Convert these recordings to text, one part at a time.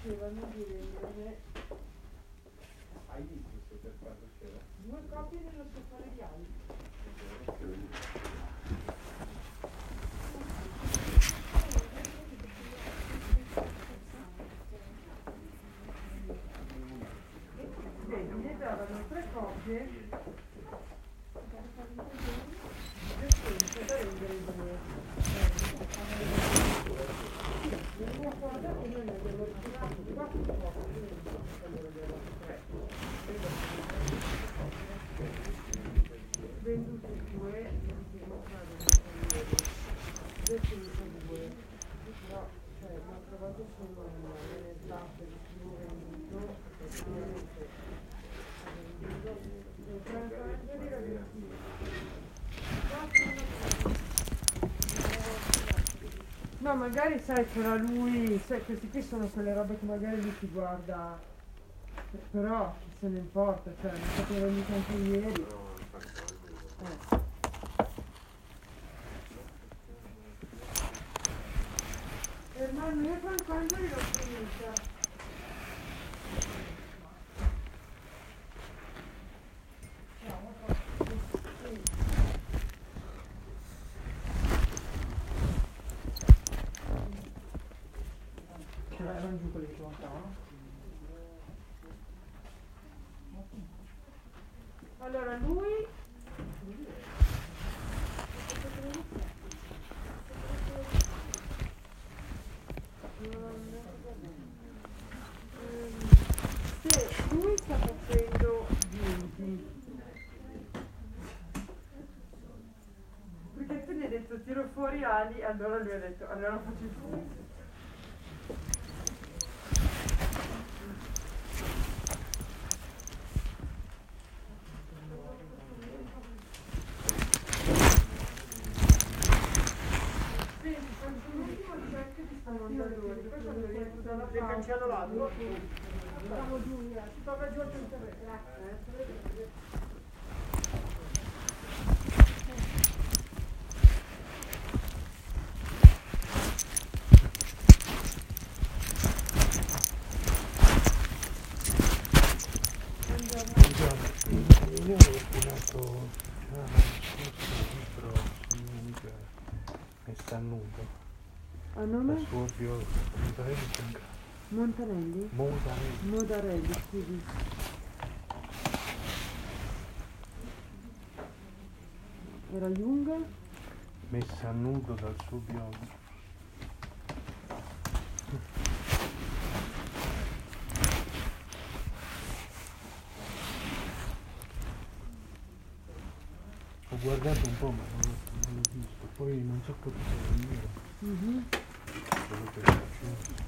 dicevano di venderne Hai visto se per quanto c'era? 2 copie dello scaffale di Ali. Vedi, ne davano 3 copie decenti da vendere in Veneto. L'unica cosa che noi ne abbiamo ritirato 4 copie, allora ne avevamo 3. Venduti 2, definito 2. Però, cioè, l'ho trovato solo nelle stampe di chi lo venduto, effettivamente ha venduto 30 angeli da 20. No, magari sai c'era lui, sai, questi qui sono quelle robe che magari lui ti guarda, però chi se ne importa, cioè non sapevo mica anche ieri. Ermanno, io quando l'ho finita. Erano giù quelli che mancavano. Allora lui lui sta facendo vinti, perché tu gli hai detto tiro fuori Ali, allora lui ha detto allora faccio il punto. Sei cancellato? Siamo giù, si tocca giù al terreno. Grazie. Io ho ordinato già l'anno scorso un libro su Jung, Messa a nudo. A nome? La sua biografia. Montanelli? Modarelli. Modarelli, scusi. Era Jung? Messa a nudo dal suo biografo. Ho guardato un po' ma non l'ho visto, poi non so cosa venire. Quello che faccio.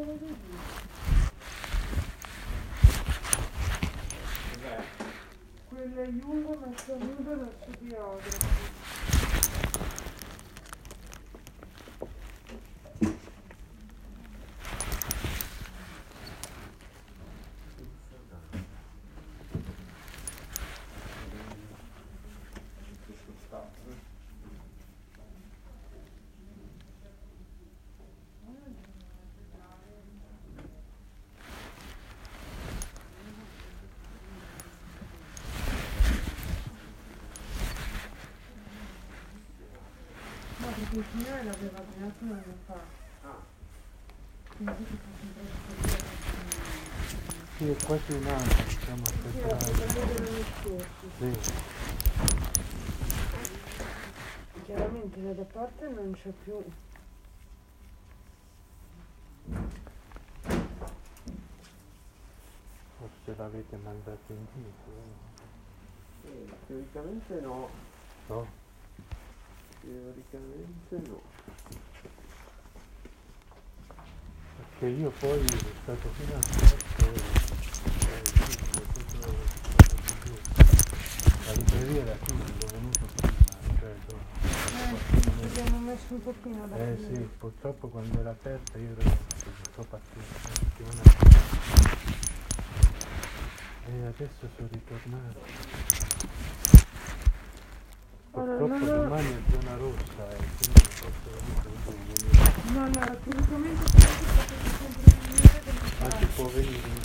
vedi? Cos'è? Quella Juve messa nuda dal suo biografo. No, perché il signore l'aveva creato un anno fa. Ah, Quindi si fa sempre Sì, è quasi un anno, diciamo, sì, la aspettare. seconda dell'anno scorso. Sì. Chiaramente da parte non c'è più. Forse l'avete mandato indietro. teoricamente no. No? Teoricamente no. Perché io poi sono stato fino a 7 la libreria era chiusa, l'ho venuto prima, cioè Ci abbiamo messo un pochino da sì, purtroppo quando era aperta io sono partito una settimana e adesso sono ritornato. Purtroppo domani è zona rossa e quindi non posso venire. No, assolutamente potete sempre venire del Ma si può venire?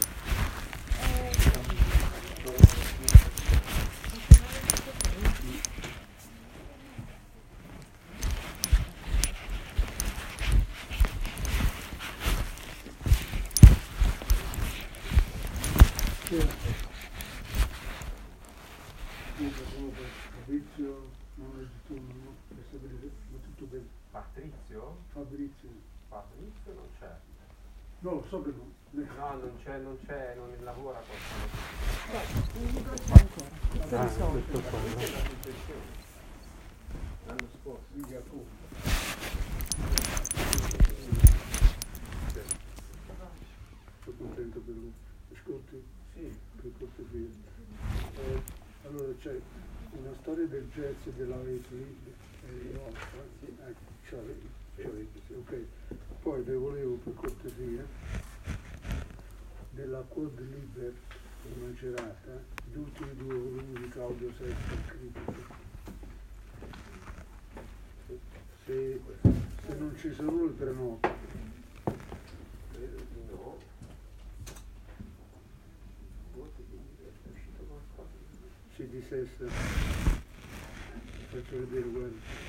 Fabrizio, non è tu, no? Per sapere, ma tutto bene. Patrizio? Fabrizio. Fabrizio non c'è. No, lo so che no. No, non c'è, non lavora Questo qua, no? l'anno scorso. Mica come. Sono contento per lui. Ascolti? Sì. Per cortesia. Allora c'è una storia del jazz e della Leslie nostra. Sì, ok. Poi le volevo per cortesia della Quad Liber, una cerata, gli ultimi 2 volumi di Claudio Sesta, critico. Se non ci sono le prenoto. Credo di no. È uscito qualcosa. Sì, di Sesta. Faccio vedere, guarda.